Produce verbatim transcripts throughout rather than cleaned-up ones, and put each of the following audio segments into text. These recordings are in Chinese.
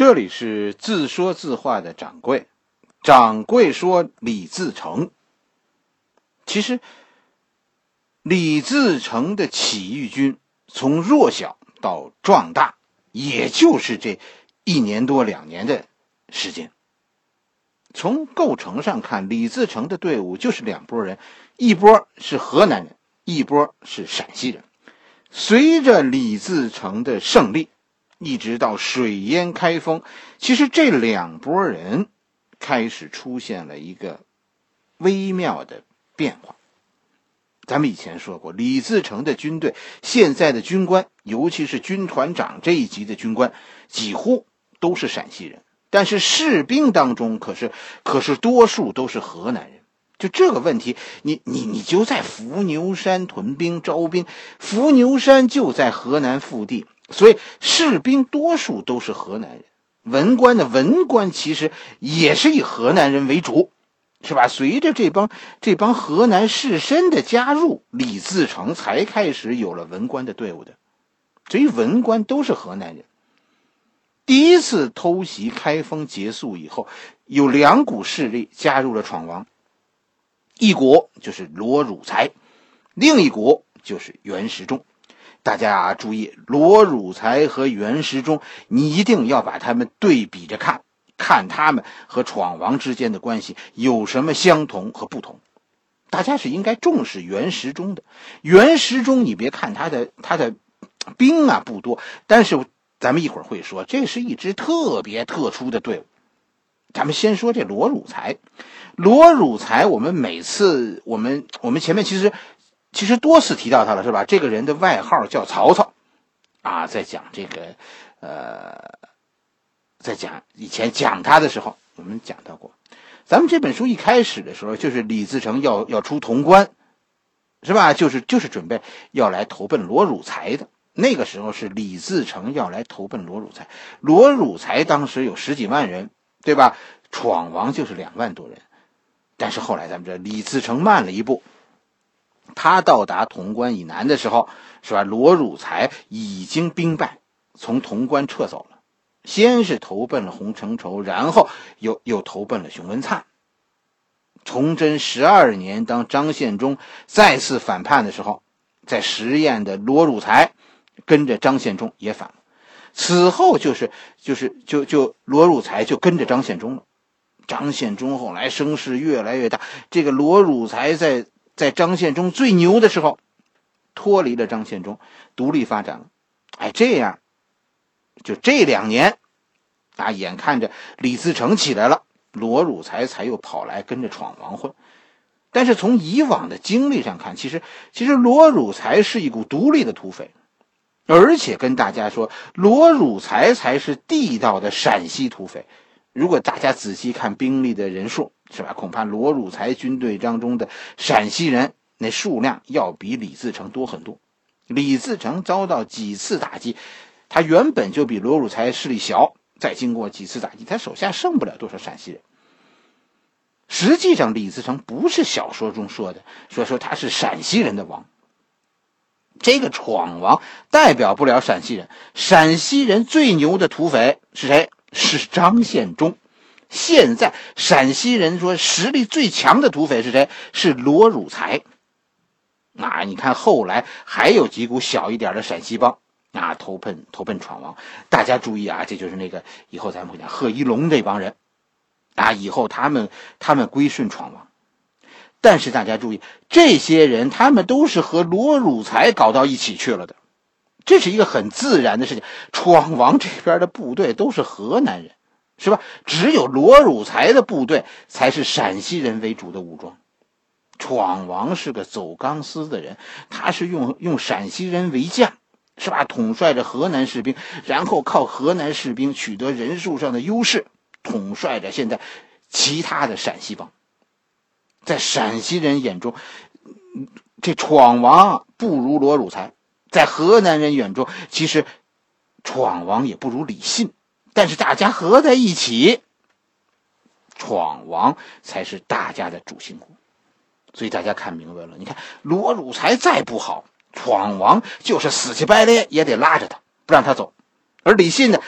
这里是自说自话的掌柜，掌柜说李自成。其实李自成的起义军从弱小到壮大，也就是这一年多两年的时间。从构成上看，李自成的队伍就是两拨人，一波是河南人，一波是陕西人。随着李自成的胜利，一直到水淹开封，其实这两拨人开始出现了一个微妙的变化。咱们以前说过，李自成的军队现在的军官，尤其是军团长这一级的军官，几乎都是陕西人，但是士兵当中可是可是多数都是河南人。就这个问题，你你你就在伏牛山屯兵招兵，伏牛山就在河南腹地，所以士兵多数都是河南人。文官的文官其实也是以河南人为主，是吧？随着这帮这帮河南士绅的加入，李自成才开始有了文官的队伍的。所以文官都是河南人。第一次偷袭开封结束以后，有两股势力加入了闯王，一国就是罗汝才，另一国就是袁时中。大家啊注意，罗汝才和袁时中，你一定要把他们对比着看，看他们和闯王之间的关系有什么相同和不同。大家是应该重视袁时中的。袁时中你别看他的他的兵啊不多，但是咱们一会儿会说，这是一支特别特殊的队伍。咱们先说这罗汝才。罗汝才，我们每次我们我们前面其实其实多次提到他了，是吧？这个人的外号叫曹操啊，在讲这个呃在讲以前讲他的时候，我们讲到过。咱们这本书一开始的时候，就是李自成要要出潼关，是吧？就是就是准备要来投奔罗汝才的。那个时候是李自成要来投奔罗汝才，罗汝才当时有十几万人，对吧？闯王就是两万多人。但是后来咱们知道李自成慢了一步，他到达潼关以南的时候，是吧？罗汝才已经兵败，从潼关撤走了。先是投奔了洪承畴，然后又又投奔了熊文灿。崇祯十二年，当张献忠再次反叛的时候，在十堰的罗汝才跟着张献忠也反了。此后就是就是就就罗汝才就跟着张献忠了。张献忠后来声势越来越大，这个罗汝才在在张献忠最牛的时候脱离了张献忠，独立发展了。哎，这样就这两年啊，眼看着李自成起来了，罗汝才才又跑来跟着闯王混。但是从以往的经历上看，其实其实罗汝才是一股独立的土匪，而且跟大家说，罗汝才才是地道的陕西土匪。如果大家仔细看兵力的人数，是吧？恐怕罗汝才军队当中的陕西人那数量要比李自成多很多。李自成遭到几次打击，他原本就比罗汝才势力小，再经过几次打击，他手下剩不了多少陕西人。实际上李自成不是小说中说的，说说他是陕西人的王。这个闯王代表不了陕西人，陕西人最牛的土匪是谁？是张献忠。现在陕西人说实力最强的土匪是谁？是罗汝才。啊，你看后来还有几股小一点的陕西帮啊，投奔投奔闯王。大家注意啊，这就是那个以后咱们会讲贺一龙这帮人啊，以后他们他们归顺闯王。但是大家注意，这些人他们都是和罗汝才搞到一起去了的，这是一个很自然的事情。闯王这边的部队都是河南人，是吧？只有罗汝才的部队才是陕西人为主的武装。闯王是个走钢丝的人，他是用用陕西人为将，是吧？统帅着河南士兵，然后靠河南士兵取得人数上的优势，统帅着现在其他的陕西帮。在陕西人眼中，这闯王不如罗汝才；在河南人眼中，其实闯王也不如李信。但是大家合在一起，闯王才是大家的主心骨。所以大家看明白了，你看罗汝才再不好，闯王就是死乞白赖也得拉着他，不让他走。而李信呢，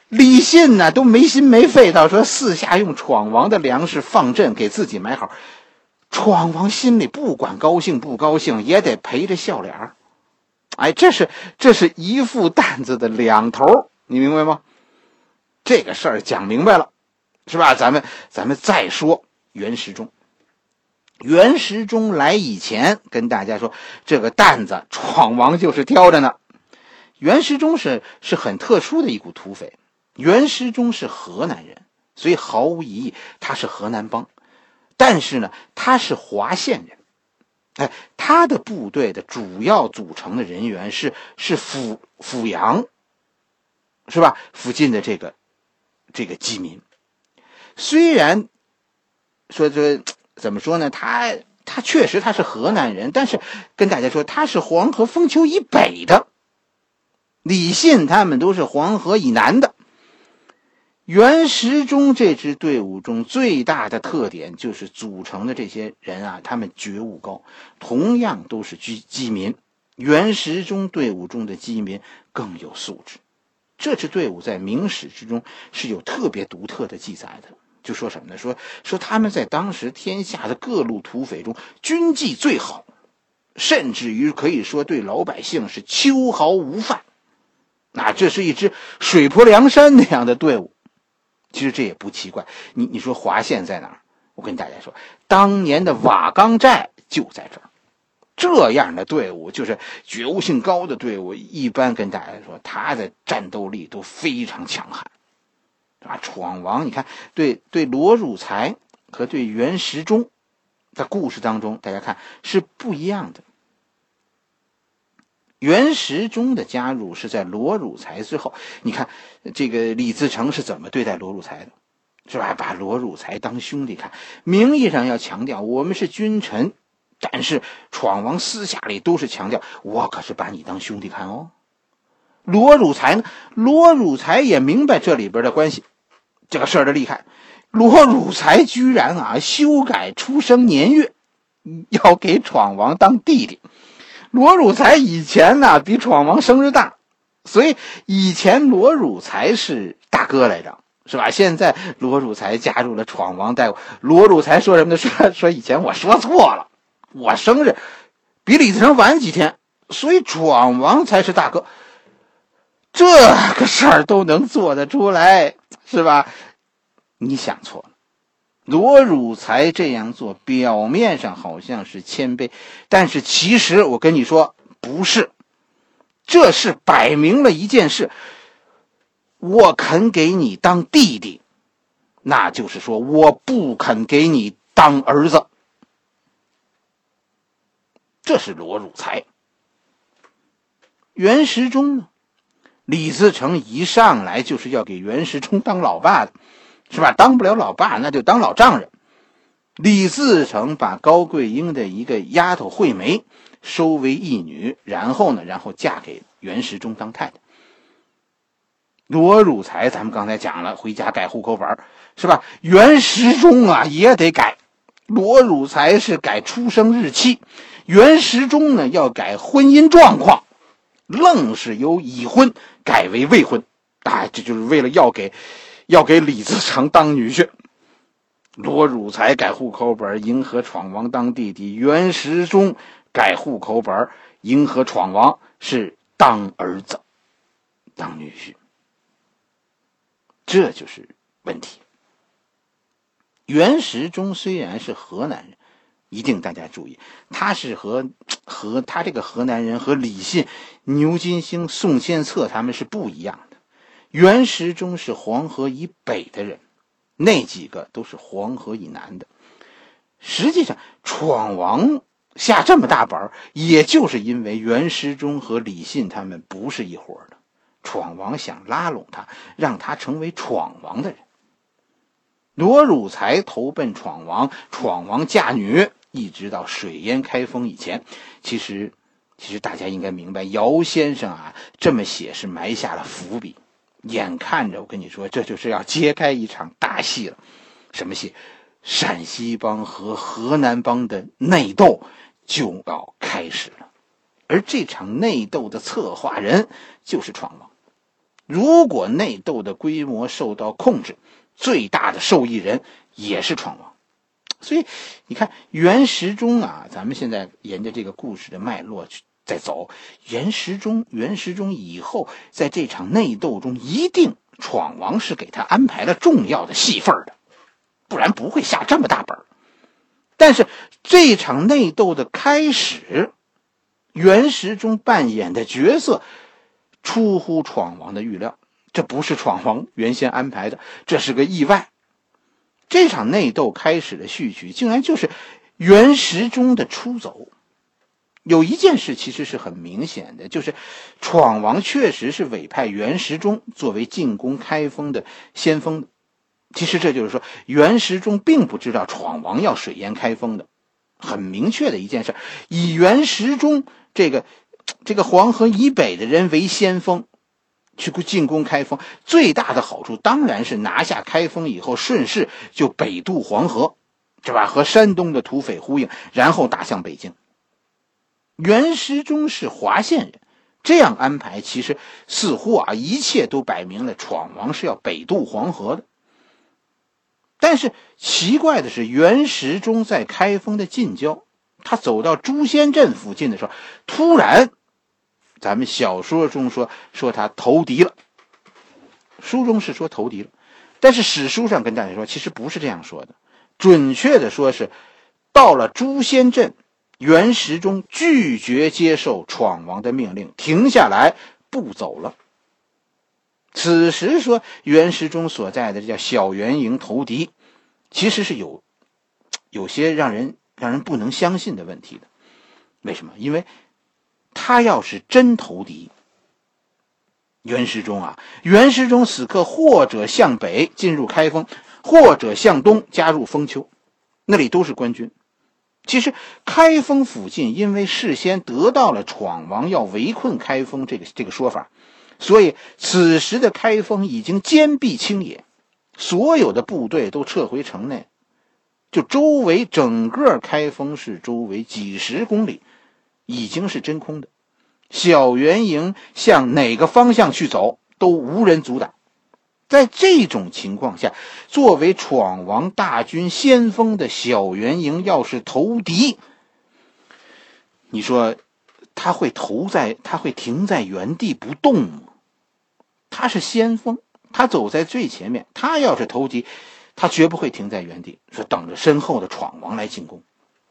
李信呢都没心没肺到说四下用闯王的粮食放阵给自己买好，闯王心里不管高兴不高兴也得陪着笑脸。哎，这是这是一副担子的两头，你明白吗？这个事儿讲明白了，是吧？咱们咱们再说袁时中。袁时中来以前跟大家说，这个担子闯王就是挑着呢。袁时中是是很特殊的一股土匪，袁时中是河南人，所以毫无疑义他是河南帮，但是呢他是华县人。哎，他的部队的主要组成的人员是是阜阜阳，是吧？附近的这个这个饥民。虽然说这怎么说呢，他他确实他是河南人，但是跟大家说他是黄河封丘以北的，李信他们都是黄河以南的。袁时中这支队伍中最大的特点就是组成的这些人啊，他们觉悟高，同样都是饥民。袁时中队伍中的饥民更有素质。这支队伍在明史之中是有特别独特的记载的，就说什么呢？说说他们在当时天下的各路土匪中军纪最好，甚至于可以说对老百姓是秋毫无犯。那这是一支水泊梁山那样的队伍。其实这也不奇怪，你你说华县在哪儿？我跟大家说，当年的瓦岗寨就在这儿。这样的队伍，就是觉悟性高的队伍，一般跟大家说，他的战斗力都非常强悍，啊，闯王，你看对对罗汝才和对袁时中的故事当中，大家看是不一样的。袁时中的加入是在罗汝才之后，你看这个李自成是怎么对待罗汝才的，是吧？把罗汝才当兄弟看，名义上要强调我们是君臣，但是闯王私下里都是强调我可是把你当兄弟看哦。罗汝才呢，罗汝才也明白这里边的关系，这个事儿的厉害。罗汝才居然啊修改出生年月，要给闯王当弟弟。罗汝才以前呢比闯王生日大，所以以前罗汝才是大哥来着，是吧？现在罗汝才加入了闯王队伍，罗汝才说什么呢？说说以前我说错了，我生日比李自成晚几天，所以闯王才是大哥。这个事儿都能做得出来，是吧？你想错了。罗汝才这样做表面上好像是谦卑，但是其实我跟你说不是，这是摆明了一件事，我肯给你当弟弟，那就是说我不肯给你当儿子。这是罗汝才。袁时中呢，李自成一上来就是要给袁时中当老爸的，是吧？当不了老爸那就当老丈人。李自成把高桂英的一个丫头惠梅收为义女，然后呢然后嫁给袁时中当太太。罗汝才咱们刚才讲了，回家改户口本，是吧？袁时中啊也得改。罗汝才是改出生日期，袁时中呢要改婚姻状况，愣是由已婚改为未婚。哎，这就是为了要给要给李自成当女婿。罗汝才改户口本迎合闯王当弟弟，袁时中改户口本迎合闯王是当儿子当女婿。这就是问题。袁时中虽然是河南人，一定大家注意，他是和和他这个河南人和李信、牛金星、宋献策他们是不一样的。袁时中是黄河以北的人，那几个都是黄河以南的。实际上闯王下这么大本，也就是因为袁时中和李信他们不是一伙的，闯王想拉拢他，让他成为闯王的人。罗汝才投奔闯王，闯王嫁女，一直到水淹开封以前。其实其实大家应该明白，姚先生啊这么写是埋下了伏笔，眼看着我跟你说这就是要揭开一场大戏了。什么戏？陕西帮和河南帮的内斗就要开始了。而这场内斗的策划人就是闯王。 如果内斗的规模受到控制，最大的受益人也是闯王。所以你看袁时中啊，咱们现在沿着这个故事的脉络去在走，袁时中袁时中以后在这场内斗中，一定闯王是给他安排了重要的戏份的，不然不会下这么大本。但是这场内斗的开始，袁时中扮演的角色出乎闯王的预料，这不是闯王原先安排的，这是个意外。这场内斗开始的序曲竟然就是袁时中的出走。有一件事其实是很明显的，就是闯王确实是委派袁时中作为进攻开封的先锋的。其实这就是说，袁时中并不知道闯王要水淹开封的。很明确的一件事，以袁时中这个这个黄河以北的人为先锋去进攻开封，最大的好处当然是拿下开封以后顺势就北渡黄河，是吧？和山东的土匪呼应，然后打向北京。袁时中是华县人，这样安排其实似乎啊一切都摆明了闯王是要北渡黄河的。但是奇怪的是，袁时中在开封的近郊，他走到朱仙镇附近的时候，突然咱们小说中说说他投敌了，书中是说投敌了，但是史书上跟大家说其实不是这样说的，准确的说是到了朱仙镇，袁时中拒绝接受闯王的命令，停下来不走了。此时说袁时中所在的这叫小元营投敌，其实是有有些让人让人不能相信的问题的。为什么？因为他要是真投敌，袁时中啊，袁时中此刻或者向北进入开封，或者向东加入封丘，那里都是官军。其实开封附近因为事先得到了闯王要围困开封这个这个说法，所以此时的开封已经坚壁清野，所有的部队都撤回城内，就周围整个开封市周围几十公里已经是真空的，小元营向哪个方向去走都无人阻挡。在这种情况下，作为闯王大军先锋的小元营要是投敌，你说他会投在他会停在原地不动吗？他是先锋，他走在最前面，他要是投敌，他绝不会停在原地说等着身后的闯王来进攻。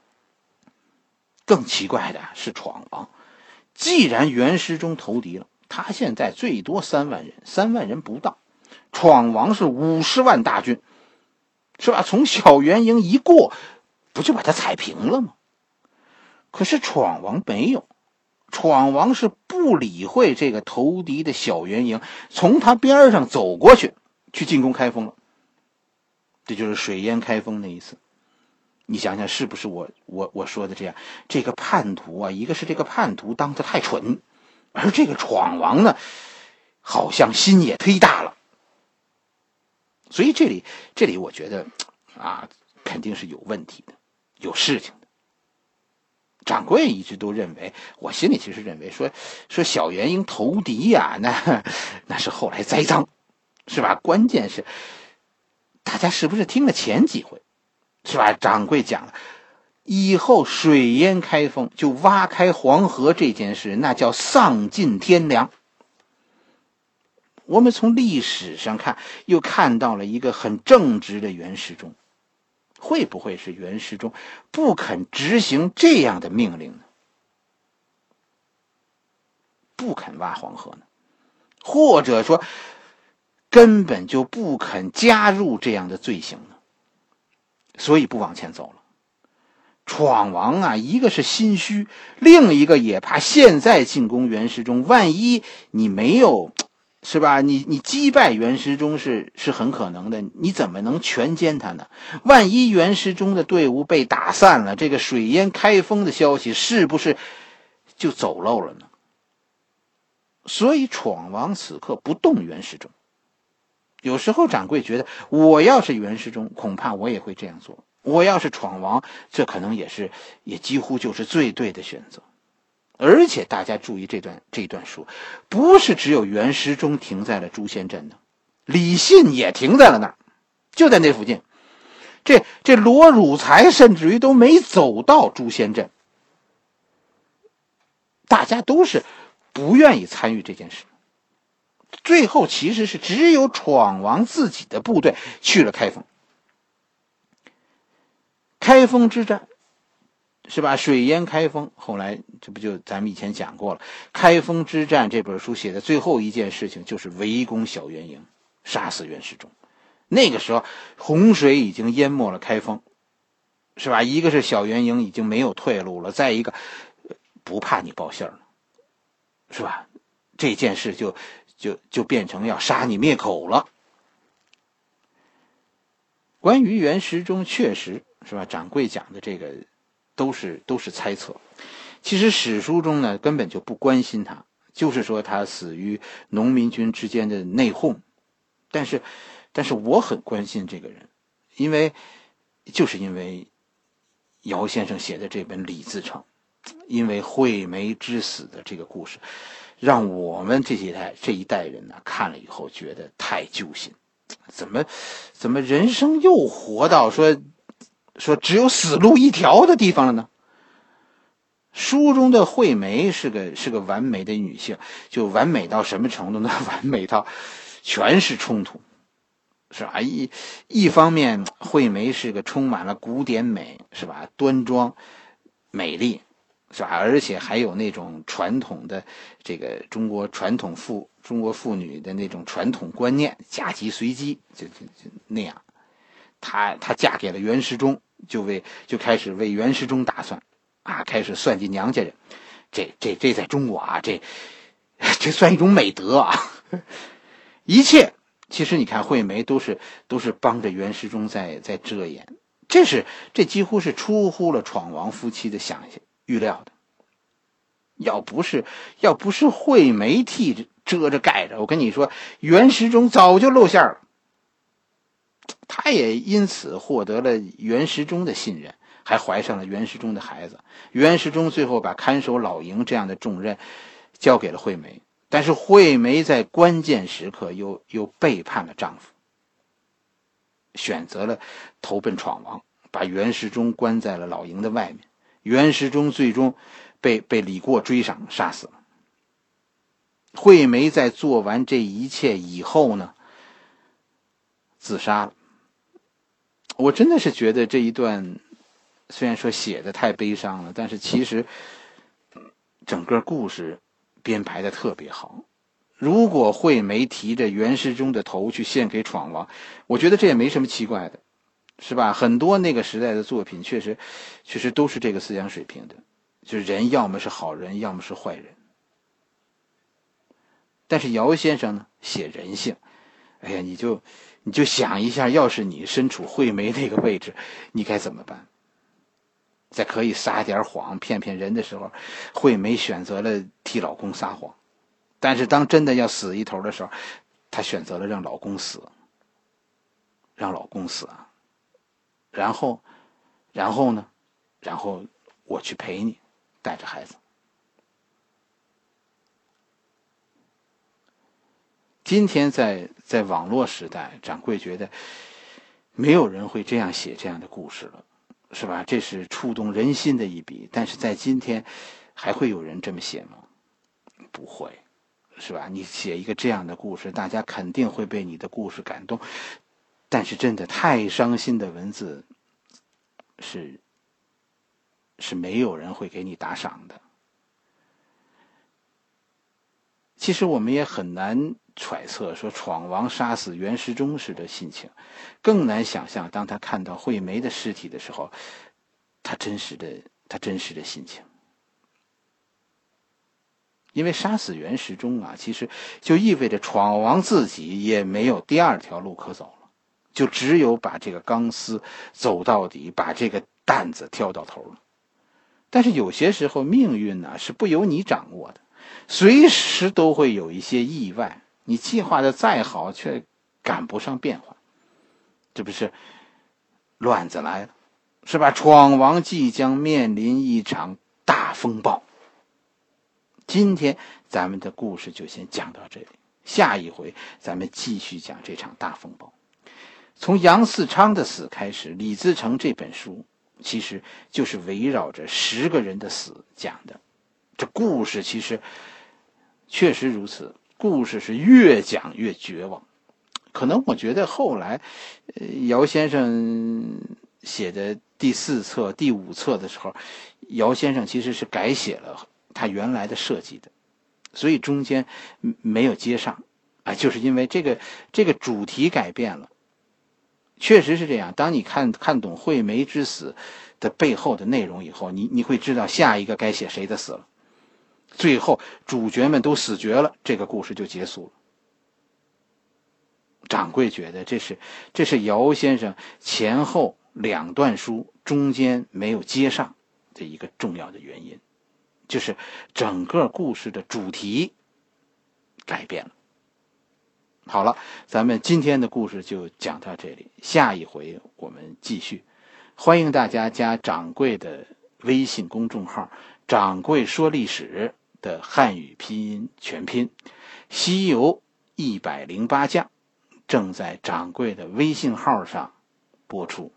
更奇怪的是闯王，既然袁时中投敌了，他现在最多三万人，三万人不到，闯王是五十万大军，是吧？从小元营一过，不就把他踩平了吗？可是闯王没有，闯王是不理会这个投敌的小元营，从他边上走过去，去进攻开封了。这就是水淹开封那一次。你想想是不是我我我说的这样？这个叛徒啊，一个是这个叛徒当得太蠢，而这个闯王呢，好像心也忒大了。所以这里这里我觉得啊，肯定是有问题的，有事情的。掌柜一直都认为，我心里其实认为说说小元营投敌呀、啊，那那是后来栽赃，是吧？关键是大家是不是听了前几回，是吧？掌柜讲了，以后水淹开封，就挖开黄河这件事，那叫丧尽天良。我们从历史上看，又看到了一个很正直的袁时中。会不会是袁时中不肯执行这样的命令呢？不肯挖黄河呢？或者说根本就不肯加入这样的罪行呢？所以不往前走了。闯王啊，一个是心虚，另一个也怕现在进攻袁时中，万一你没有，是吧？你你击败袁时中是是很可能的，你怎么能全歼他呢？万一袁时中的队伍被打散了，这个水淹开封的消息是不是就走漏了呢？所以闯王此刻不动袁时中。有时候掌柜觉得，我要是袁时中，恐怕我也会这样做。我要是闯王，这可能也是也几乎就是最对的选择。 而且大家注意这段这段书，不是只有袁时中停在了朱仙镇的，李信也停在了那儿，就在那附近。这这罗汝才甚至于都没走到朱仙镇，大家都是不愿意参与这件事。最后其实是只有闯王自己的部队去了开封。开封之战是吧？水淹开封，后来这不就咱们以前讲过了。开封之战这本书写的最后一件事情就是围攻小元营，杀死袁世忠。那个时候洪水已经淹没了开封，是吧？一个是小元营已经没有退路了，再一个不怕你报信了，是吧？这件事就就就变成要杀你灭口了。关于袁时中，确实是吧？掌柜讲的这个都是都是猜测。其实史书中呢根本就不关心他，就是说他死于农民军之间的内讧。但是但是我很关心这个人，因为就是因为姚先生写的这本《李自成》，因为惠梅之死的这个故事，让我们这一代这一代人呢看了以后觉得太揪心。怎么怎么人生又活到说说只有死路一条的地方了呢？书中的惠梅是个是个完美的女性，就完美到什么程度呢？完美到全是冲突，是吧？一一方面，惠梅是个充满了古典美，是吧？端庄、美丽，是吧？而且还有那种传统的这个中国传统妇中国妇女的那种传统观念，嫁鸡随鸡，就就就那样。她她嫁给了袁时中，就为就开始为袁时中打算，啊，开始算计娘家人。这这这在中国啊，这这算一种美德啊。一切其实你看惠梅都是都是帮着袁时中在在遮掩，这是这几乎是出乎了闯王夫妻的想象预料的。要不是要不是惠梅替着遮着盖着，我跟你说袁时中早就露馅了。他也因此获得了袁时中的信任，还怀上了袁时中的孩子。袁时中最后把看守老营这样的重任交给了惠梅，但是惠梅在关键时刻又又背叛了丈夫，选择了投奔闯王，把袁时中关在了老营的外面。袁时中最终被被李过追上杀死了。惠梅在做完这一切以后呢，自杀了。我真的是觉得这一段虽然说写的太悲伤了，但是其实整个故事编排的特别好。如果惠梅提着袁时中的头去献给闯王，我觉得这也没什么奇怪的，是吧？很多那个时代的作品确实确实都是这个思想水平的，就是人要么是好人，要么是坏人。但是姚先生呢写人性，哎呀，你就你就想一下，要是你身处惠梅那个位置，你该怎么办？在可以撒点谎骗骗人的时候，惠梅选择了替老公撒谎，但是当真的要死一头的时候，她选择了让老公死，让老公死啊，然后然后呢然后我去陪你，带着孩子。今天在在网络时代，掌柜觉得没有人会这样写这样的故事了，是吧？这是触动人心的一笔。但是在今天还会有人这么写吗？不会，是吧？你写一个这样的故事，大家肯定会被你的故事感动，但是真的太伤心的文字是是没有人会给你打赏的。其实我们也很难揣测说闯王杀死袁时中时的心情，更难想象当他看到惠梅的尸体的时候，他真实的他真实的心情。因为杀死袁时中啊，其实就意味着闯王自己也没有第二条路可走了，就只有把这个钢丝走到底，把这个担子挑到头了。但是有些时候命运呢是不由你掌握的，随时都会有一些意外，你计划的再好却赶不上变化。这不是乱子来了，是吧？闯王即将面临一场大风暴。 今天咱们的故事就先讲到这里，下一回咱们继续讲这场大风暴。从杨嗣昌的死开始，李自成这本书其实就是围绕着十个人的死讲的。这故事其实确实如此，故事是越讲越绝望。可能我觉得后来呃，姚先生写的第四册第五册的时候，姚先生其实是改写了他原来的设计的，所以中间没有接上啊，就是因为这个这个主题改变了。确实是这样，当你看看懂惠梅之死的背后的内容以后，你你会知道下一个该写谁的死了。最后主角们都死绝了，这个故事就结束了。掌柜觉得这是这是姚先生前后两段书中间没有接上的一个重要的原因，就是整个故事的主题改变了。好了，咱们今天的故事就讲到这里，下一回我们继续。欢迎大家加掌柜的微信公众号掌柜说历史的汉语拼音全拼，西游一百零八将正在掌柜的微信号上播出。